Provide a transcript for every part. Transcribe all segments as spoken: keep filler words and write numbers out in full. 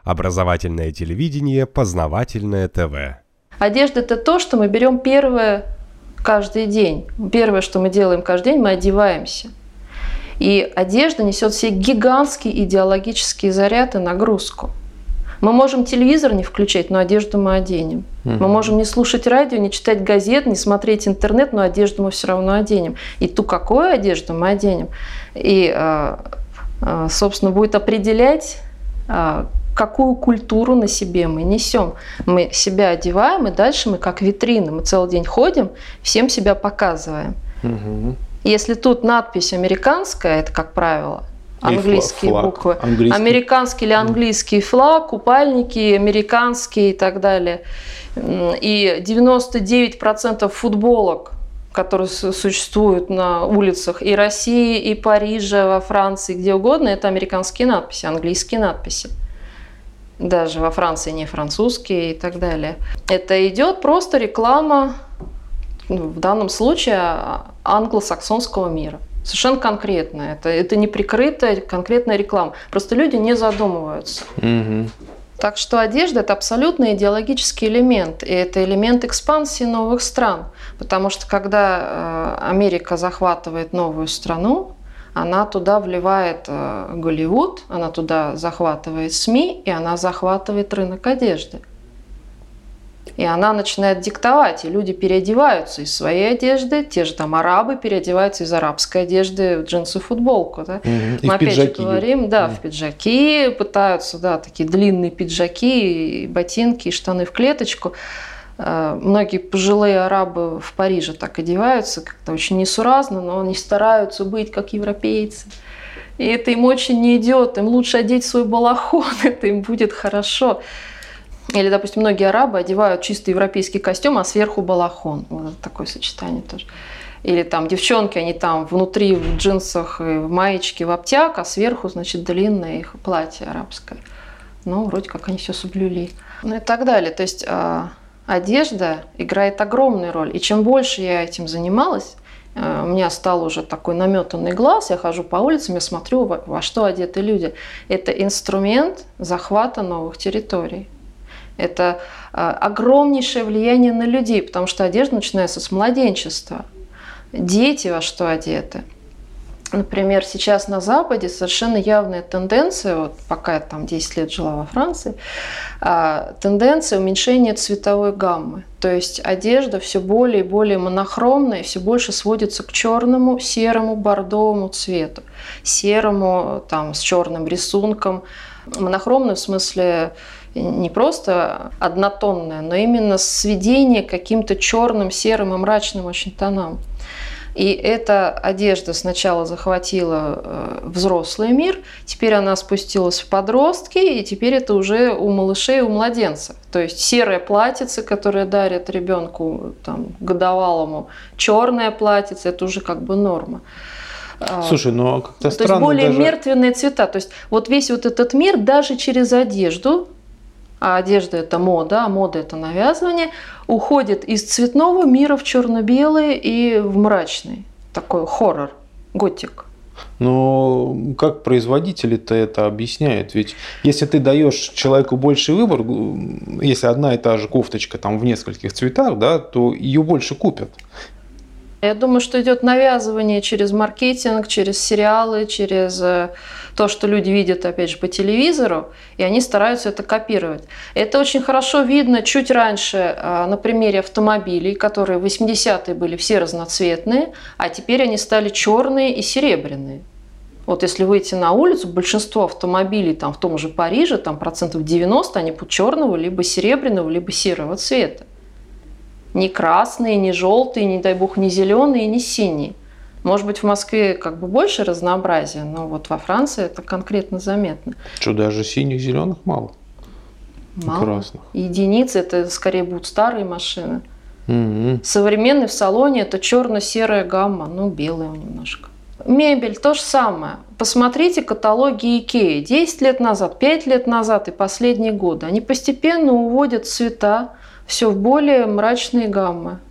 Образовательное телевидение, познавательное ТВ. Одежда – это то, что мы берем первое каждый день. Первое, что мы делаем каждый день, мы одеваемся. И одежда несет в себе гигантский идеологический заряд и нагрузку. Мы можем телевизор не включать, но одежду мы оденем. Mm-hmm. Мы можем не слушать радио, не читать газет, не смотреть интернет, но одежду мы все равно оденем. И ту, какую одежду мы оденем, и, собственно, будет определять, какую культуру на себе мы несем. Мы себя одеваем, и дальше мы как витрина. Мы целый день ходим, всем себя показываем. Mm-hmm. Если тут надпись американская, это, как правило, английские флаг, буквы, английский. Американский или английский флаг, купальники американские и так далее. И девяносто девять процентов футболок, которые существуют на улицах и России, и Парижа, во Франции, где угодно, это американские надписи, английские надписи. Даже во Франции не французские и так далее. Это идет просто реклама, в данном случае, англосаксонского мира. Совершенно конкретно. Это, это не прикрытая конкретная реклама. Просто люди не задумываются. Mm-hmm. Так что одежда – это абсолютно идеологический элемент. И это элемент экспансии новых стран. Потому что когда Америка захватывает новую страну, она туда вливает Голливуд, она туда захватывает СМИ, и она захватывает рынок одежды. И она начинает диктовать, и люди переодеваются из своей одежды, те же там арабы переодеваются из арабской одежды в джинсы и футболку. Да? Mm-hmm. Мы опять же говорим, да, mm-hmm. в пиджаки пытаются, да, такие длинные пиджаки, и ботинки, и штаны в клеточку. Многие пожилые арабы в Париже так одеваются, как-то очень несуразно, но они стараются быть как европейцы. И это им очень не идет, им лучше одеть свой балахон, это им будет хорошо. Или, допустим, многие арабы одевают чисто европейский костюм, а сверху балахон. Вот такое сочетание тоже. Или там девчонки, они там внутри в джинсах, в маечке, в обтяг, а сверху, значит, длинное их платье арабское. Ну, вроде как они все соблюли. Ну и так далее. То есть э, одежда играет огромную роль. И чем больше я этим занималась, э, у меня стал уже такой наметанный глаз, я хожу по улицам, я смотрю, во, во что одеты люди. Это инструмент захвата новых территорий. Это огромнейшее влияние на людей, потому что одежда начинается с младенчества. Дети во что одеты. Например, сейчас на Западе совершенно явная тенденция, вот пока я там десять лет жила во Франции, тенденция уменьшения цветовой гаммы. То есть одежда все более и более монохромная, и все больше сводится к черному, серому, бордовому цвету. Серому там, с черным рисунком. Монохромную в смысле не просто однотонное, но именно сведение к каким-то черным, серым и мрачным очень тонам. И эта одежда сначала захватила взрослый мир, теперь она спустилась в подростки, и теперь это уже у малышей, у младенцев. То есть серое платьице, которое дарят ребенку там, годовалому, черное платьице, это уже как бы норма. Слушай, ну как-то странно. То есть более даже... мертвенные цвета. То есть вот весь вот этот мир даже через одежду, а одежда – это мода, а мода – это навязывание, уходит из цветного мира в черно-белый и в мрачный. Такой хоррор, готик. Но как производители-то это объясняют? Ведь если ты даешь человеку больший выбор, если одна и та же кофточка там в нескольких цветах, да, то ее больше купят. Я думаю, что идет навязывание через маркетинг, через сериалы, через то, что люди видят, опять же, по телевизору, и они стараются это копировать. Это очень хорошо видно чуть раньше на примере автомобилей, которые в восьмидесятые были все разноцветные, а теперь они стали черные и серебряные. Вот если выйти на улицу, большинство автомобилей там, в том же Париже, там процентов девяносто, они будут черного, либо серебряного, либо серого цвета. Не красные, не желтые, не дай бог, не зеленые, не синие. Может быть, в Москве как бы больше разнообразия, но вот во Франции это конкретно заметно. Что, даже синих, зеленых мало? Мало. Красных. Единицы, это скорее будут старые машины. Mm-hmm. Современный в салоне это черно-серая гамма, ну белая немножко. Мебель то же самое. Посмотрите каталоги Икеи. десять лет назад, пять лет назад и последние годы. Они постепенно уводят цвета все в более мрачные гаммы.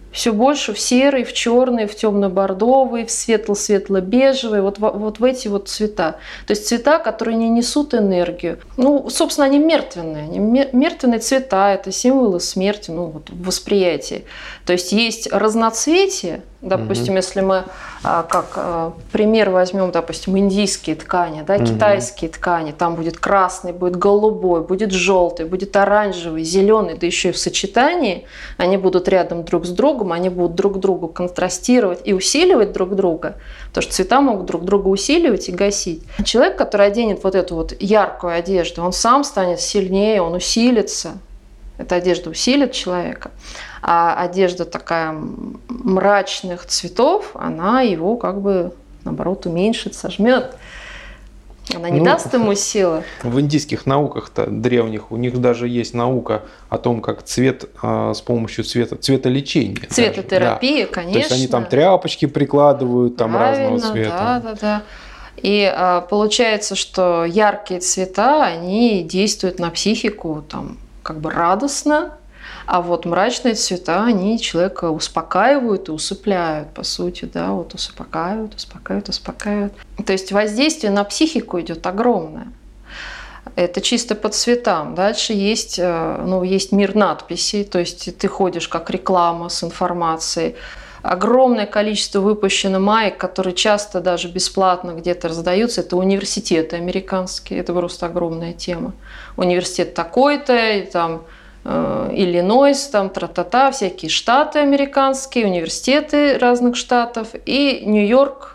все больше в серый, в черный, в темно-бордовый, в светло-светло-бежевый, вот, вот в эти вот цвета. То есть цвета, которые не несут энергию. Ну, собственно, они мертвенные. Они мертвенные цвета, это символы смерти, ну, вот, в восприятии. То есть есть разноцветие. Допустим, угу. если мы а, как а, пример возьмем, допустим, индийские ткани, да, угу. китайские ткани, там будет красный, будет голубой, будет желтый, будет оранжевый, зеленый, да еще и в сочетании они будут рядом друг с другом, они будут друг другу контрастировать и усиливать друг друга, потому что цвета могут друг друга усиливать и гасить. Человек, который оденет вот эту вот яркую одежду, он сам станет сильнее, он усилится. Эта одежда усилит человека. А одежда такая мрачных цветов, она его как бы, наоборот, уменьшит, сожмет. Она не ну, даст ему силы. В индийских науках-то древних у них даже есть наука о том, как цвет а, с помощью цвета, цветолечения. Цветотерапия, да. Конечно. То есть они там тряпочки прикладывают там Правильно, разного цвета. Да, да, да. И а, получается, что яркие цвета, они действуют на психику там, как бы радостно, а вот мрачные цвета, они человека успокаивают и усыпляют, по сути, да, вот успокаивают, успокаивают, успокаивают. То есть воздействие на психику идет огромное. Это чисто по цветам. Дальше есть, ну, есть мир надписей, то есть ты ходишь как реклама с информацией. Огромное количество выпущено маек, которые часто даже бесплатно где-то раздаются. Это университеты американские, это просто огромная тема. Университет такой-то, и там э, Иллинойс, там тра-та-та, всякие штаты американские, университеты разных штатов, и Нью-Йорк,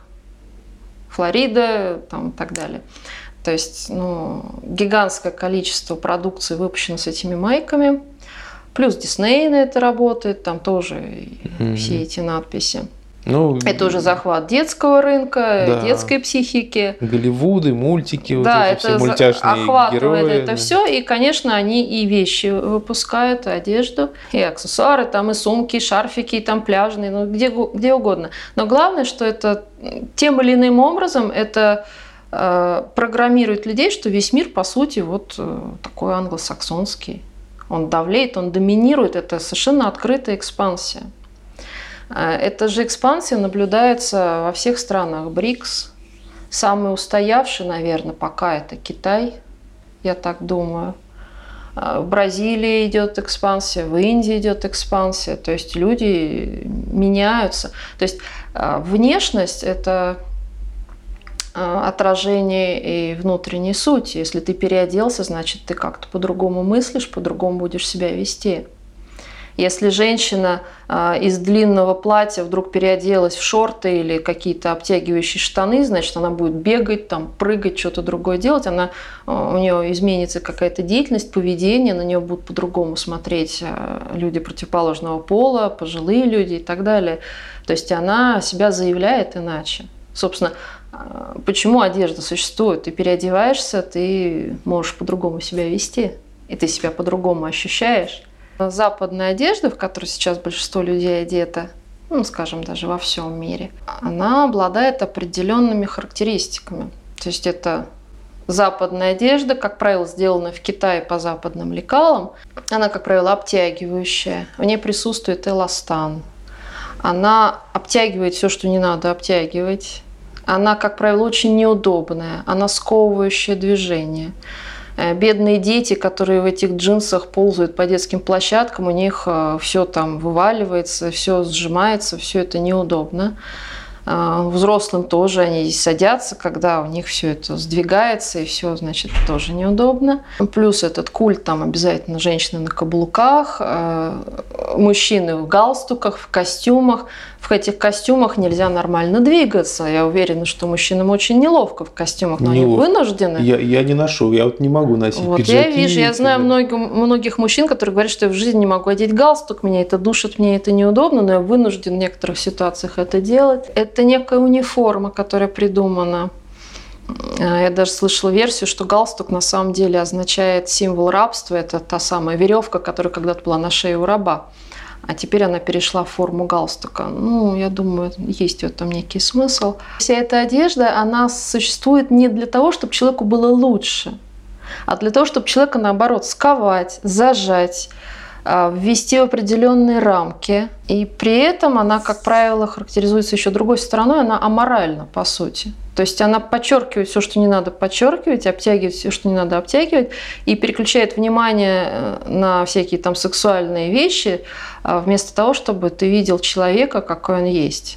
Флорида, там, и так далее. То есть ну, гигантское количество продукции выпущено с этими майками. Плюс Дисней на это работает, там тоже mm-hmm. все эти надписи. Ну, это уже захват детского рынка, да. детской психики. Голливуды, мультики, да, вот эти это все мультяшные охватывает герои. это да. все. И, конечно, они и вещи выпускают, и одежду, и аксессуары, там и сумки, и шарфики, и там пляжные, ну где, где угодно. Но главное, что это тем или иным образом это э, программирует людей, что весь мир, по сути, вот э, такой англосаксонский. Он давлеет, он доминирует, это совершенно открытая экспансия. Эта же экспансия наблюдается во всех странах БРИКС. Самый устоявший, наверное, пока это Китай, я так думаю. В Бразилии идет экспансия, в Индии идет экспансия. То есть люди меняются. То есть внешность – это отражение и внутренней сути. Если ты переоделся, значит, ты как-то по-другому мыслишь, по-другому будешь себя вести. Если женщина из длинного платья вдруг переоделась в шорты или какие-то обтягивающие штаны, значит, она будет бегать, там, прыгать, что-то другое делать. Она, у нее изменится какая-то деятельность, поведение, на нее будут по-другому смотреть люди противоположного пола, пожилые люди и так далее. То есть она себя заявляет иначе. Собственно, почему одежда существует? Ты переодеваешься, ты можешь по-другому себя вести, и ты себя по-другому ощущаешь. Западная одежда, в которой сейчас большинство людей одето, ну, скажем, даже во всем мире, она обладает определенными характеристиками. То есть это западная одежда, как правило, сделана в Китае по западным лекалам. Она, как правило, обтягивающая. В ней присутствует эластан. Она обтягивает все, что не надо обтягивать. Она, как правило, очень неудобная, она сковывающее движение. Бедные дети, которые в этих джинсах ползают по детским площадкам, у них все там вываливается, все сжимается, все это неудобно. Взрослым тоже они садятся, когда у них все это сдвигается, и все, значит, тоже неудобно. Плюс этот культ, там обязательно женщины на каблуках, мужчины в галстуках, в костюмах. В этих костюмах нельзя нормально двигаться. Я уверена, что мужчинам очень неловко в костюмах, но неловко. Они вынуждены. Я, я не ношу, я вот не могу носить вот пиджаки. Я вижу, я знаю многих, многих мужчин, которые говорят, что я в жизни не могу одеть галстук, меня это душит, мне это неудобно, но я вынужден в некоторых ситуациях это делать. Это некая униформа, которая придумана. Я даже слышала версию, что галстук на самом деле означает символ рабства. Это та самая веревка, которая когда-то была на шее у раба. А теперь она перешла в форму галстука. Ну, я думаю, есть в этом некий смысл. Вся эта одежда, она существует не для того, чтобы человеку было лучше, а для того, чтобы человека, наоборот, сковать, зажать, ввести определенные рамки. И при этом она, как правило, характеризуется еще другой стороной, она аморальна, по сути. То есть она подчеркивает все, что не надо подчеркивать, обтягивает все, что не надо обтягивать, и переключает внимание на всякие там сексуальные вещи, вместо того, чтобы ты видел человека, какой он есть.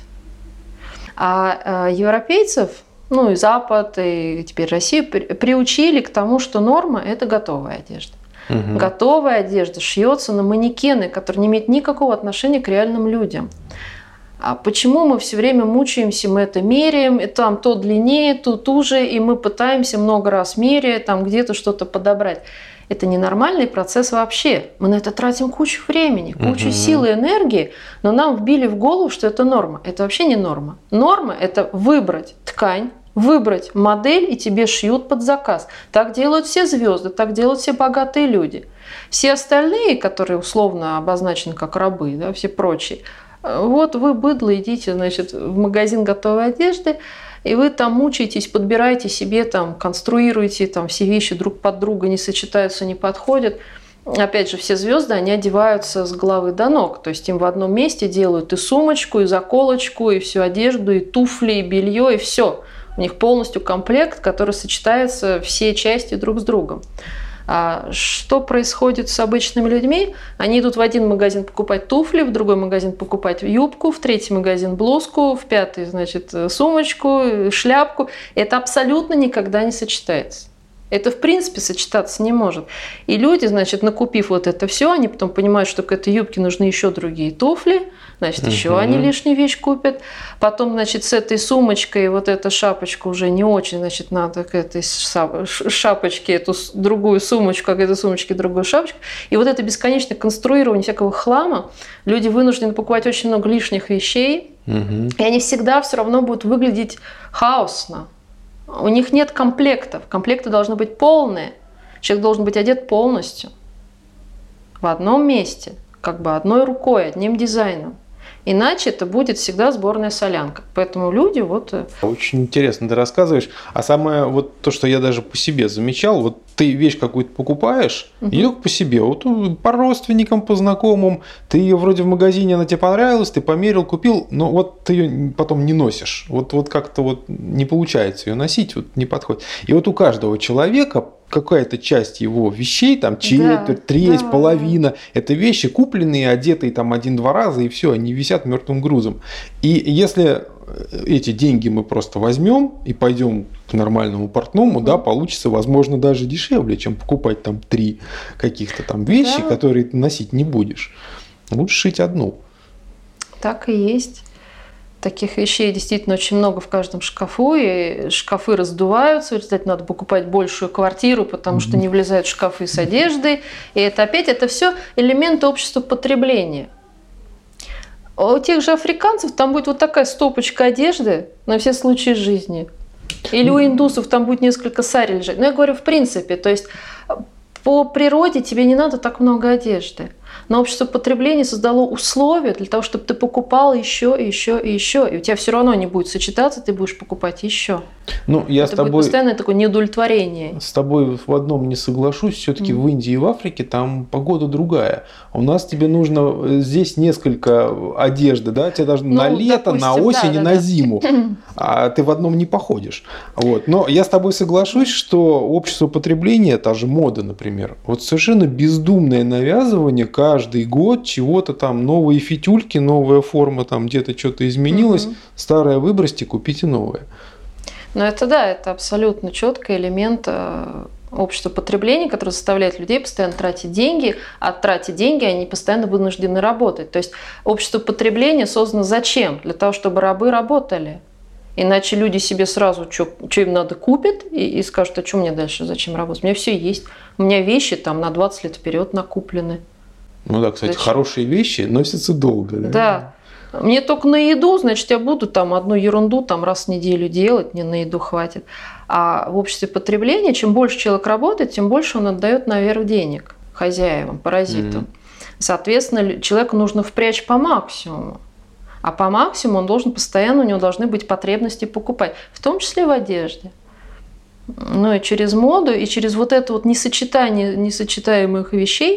А европейцев, ну и Запад, и теперь Россия, приучили к тому, что норма – это готовая одежда. Угу. Готовая одежда шьется на манекены, которые не имеют никакого отношения к реальным людям. А почему мы все время мучаемся, мы это меряем, и там то длиннее, то туже, и мы пытаемся много раз меряя, там где-то что-то подобрать. Это ненормальный процесс вообще. Мы на это тратим кучу времени, кучу угу. сил и энергии, но нам вбили в голову, что это норма. Это вообще не норма. Норма – это выбрать ткань, выбрать модель, и тебе шьют под заказ. Так делают все звезды, так делают все богатые люди. Все остальные, которые условно обозначены как рабы, да, все прочие, вот вы, быдло, идите, значит, в магазин готовой одежды, и вы там мучаетесь, подбираете себе, там, конструируете, там, все вещи друг под друга не сочетаются, не подходят. Опять же, все звезды, они одеваются с головы до ног. То есть им в одном месте делают и сумочку, и заколочку, и всю одежду, и туфли, и белье, и все. У них полностью комплект, который сочетается все части друг с другом. А что происходит с обычными людьми? Они идут в один магазин покупать туфли, в другой магазин покупать юбку, в третий магазин блузку, в пятый, значит, сумочку, шляпку. Это абсолютно никогда не сочетается. Это, в принципе, сочетаться не может. И люди, значит, накупив вот это все, они потом понимают, что к этой юбке нужны еще другие туфли, значит, uh-huh. еще они лишнюю вещь купят. Потом, значит, с этой сумочкой вот эта шапочка уже не очень, значит, надо к этой шапочке эту другую сумочку, а к этой сумочке другую шапочку. И вот это бесконечное конструирование всякого хлама, люди вынуждены покупать очень много лишних вещей, uh-huh. и они всегда все равно будут выглядеть хаосно. У них нет комплектов. Комплекты должны быть полные. Человек должен быть одет полностью. В одном месте. Как бы одной рукой, одним дизайном. Иначе это будет всегда сборная солянка. Поэтому люди вот... Очень интересно ты рассказываешь. А самое вот то, что я даже по себе замечал, вот ты вещь какую-то покупаешь, угу. и только по себе, вот по родственникам, по знакомым, ты ее вроде в магазине, она тебе понравилась, ты померил, купил, но вот ты ее потом не носишь. Вот, вот как-то вот не получается ее носить, вот не подходит. И вот у каждого человека какая-то часть его вещей, там четверть, да, треть, да. половина, это вещи купленные, одетые там один-два раза, и все, они висят мертвым грузом. И если эти деньги мы просто возьмем и пойдем к нормальному портному, mm. да, получится, возможно, даже дешевле, чем покупать там три каких-то там вещи, да. которые ты носить не будешь. Лучше шить одну. Так и есть. Таких вещей действительно очень много в каждом шкафу, и шкафы раздуваются, в результате надо покупать большую квартиру, потому что не влезают в шкафы с одеждой. И это опять, это все элементы общества потребления. А у тех же африканцев там будет вот такая стопочка одежды на все случаи жизни. Или у индусов там будет несколько сари лежать. Но я говорю в принципе, то есть по природе тебе не надо так много одежды. Но общество потребления создало условия для того, чтобы ты покупал еще, и еще, и еще. И у тебя все равно не будет сочетаться, ты будешь покупать еще. Ну, я Это с тобой, будет постоянное такое неудовлетворение. С тобой в одном не соглашусь. Все-таки mm. в Индии и в Африке там погода другая. У нас тебе нужно здесь несколько одежды, да? Тебе должно ну, на лето, допустим, на осень да, и да, на да. зиму. А ты в одном не походишь. Вот. Но я с тобой соглашусь, что общество потребления, та же мода, например, вот совершенно бездумное навязывание каждый год чего-то там, новые фитюльки, новая форма, там где-то что-то изменилось, угу. старое выбросьте, купите новое. Ну это да, это абсолютно четкий элемент общества потребления, который заставляет людей постоянно тратить деньги, а тратить деньги они постоянно вынуждены работать. То есть общество потребления создано зачем? Для того, чтобы рабы работали. Иначе люди себе сразу, что им надо, купят и, и скажут, а что мне дальше, зачем работать? У меня все есть. У меня вещи там на двадцать лет вперед накуплены. Ну да, кстати, зачем? Хорошие вещи носятся долго. Да? Да. Мне только на еду, значит, я буду там одну ерунду там раз в неделю делать, мне на еду хватит. А в обществе потребления, чем больше человек работает, тем больше он отдает наверх денег хозяевам, паразитам. Mm-hmm. Соответственно, человеку нужно впрячь по максимуму. А по максимуму он должен постоянно, у него должны быть потребности покупать, в том числе в одежде. Ну и через моду, и через вот это вот несочетание несочетаемых вещей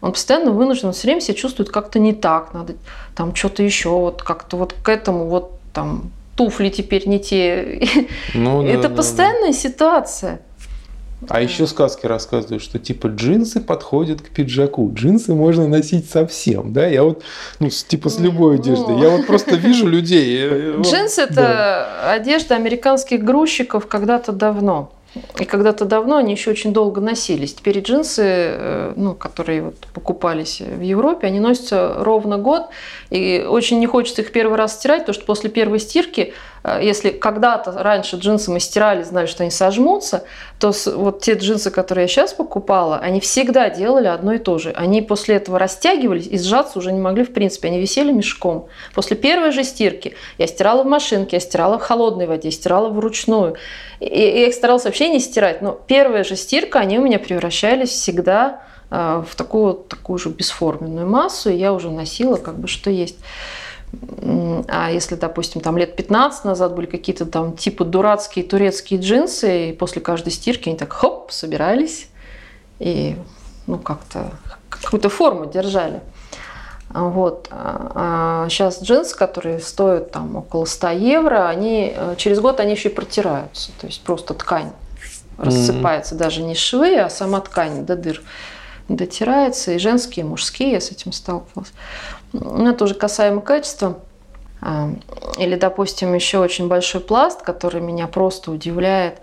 Он постоянно вынужден, он все время себя чувствует как-то не так, надо там что-то еще, вот как-то вот к этому, вот там туфли теперь не те. Ну, это да, постоянная да. ситуация. А еще сказки рассказывают, что типа джинсы подходят к пиджаку. Джинсы можно носить совсем, да? Я вот, ну, типа с любой одеждой. Я вот просто вижу людей. Джинсы – это одежда американских грузчиков когда-то давно. И когда-то давно они еще очень долго носились. Теперь джинсы, ну, которые вот покупались в Европе, они носятся ровно год. И очень не хочется их первый раз стирать, потому что после первой стирки, если когда-то раньше джинсы мы стирали, знали, что они сожмутся, то вот те джинсы, которые я сейчас покупала, они всегда делали одно и то же. Они после этого растягивались и сжаться уже не могли в принципе. Они висели мешком. После первой же стирки я стирала в машинке, я стирала в холодной воде, стирала вручную. И я их старалась вообще не стирать. Но первая же стирка, они у меня превращались всегда в такую, такую же бесформенную массу. И я уже носила как бы что есть. А если, допустим, там лет пятнадцать назад были какие-то там типа дурацкие турецкие джинсы, и после каждой стирки они так хоп, собирались и ну как-то какую-то форму держали. Вот. А сейчас джинсы, которые стоят там около ста евро, они через год они еще и протираются. То есть просто ткань рассыпается, mm-hmm. даже не швы, а сама ткань до дыр дотирается. И женские, и мужские, я с этим сталкивалась. Но это уже касаемо качества. Или, допустим, еще очень большой пласт, который меня просто удивляет.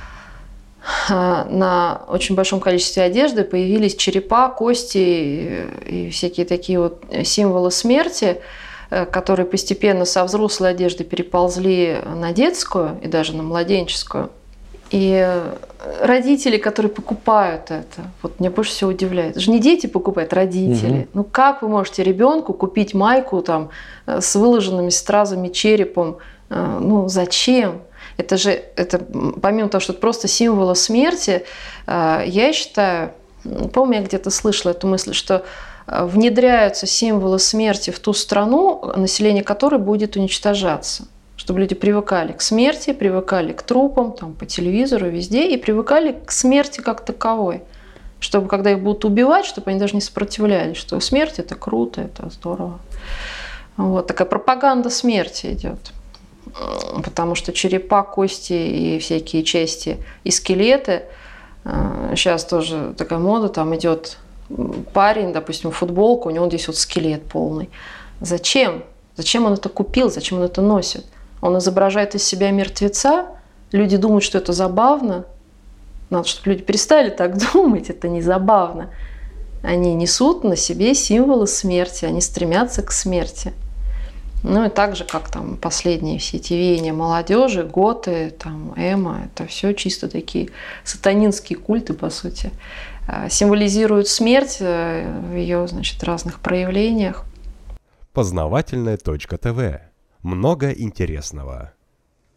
На очень большом количестве одежды появились черепа, кости и всякие такие вот символы смерти, которые постепенно со взрослой одежды переползли на детскую и даже на младенческую. И родители, которые покупают это, вот меня больше всего удивляет. Это же не дети покупают, родители. Угу. Ну как вы можете ребенку купить майку там, с выложенными стразами черепом? Ну зачем? Это же, это, помимо того, что это просто символы смерти, я считаю, помню, я где-то слышала эту мысль, что внедряются символы смерти в ту страну, население которой будет уничтожаться. Чтобы люди привыкали к смерти, привыкали к трупам, там, по телевизору, везде, и привыкали к смерти как таковой. Чтобы, когда их будут убивать, чтобы они даже не сопротивлялись, что смерть – это круто, это здорово. Вот такая пропаганда смерти идет. Потому что черепа, кости и всякие части и скелеты, сейчас тоже такая мода, там идет парень, допустим, футболка, у него здесь вот скелет полный. Зачем? Зачем он это купил? Зачем он это носит? Он изображает из себя мертвеца, люди думают, что это забавно. Надо, чтобы люди перестали так думать, это не забавно. Они несут на себе символы смерти, они стремятся к смерти. Ну и так же, как там последние все эти веяния молодежи, готы, там, эмо, это все чисто такие сатанинские культы, по сути. Символизируют смерть в ее, значит, разных проявлениях. Познавательная точка ТВ. Много интересного.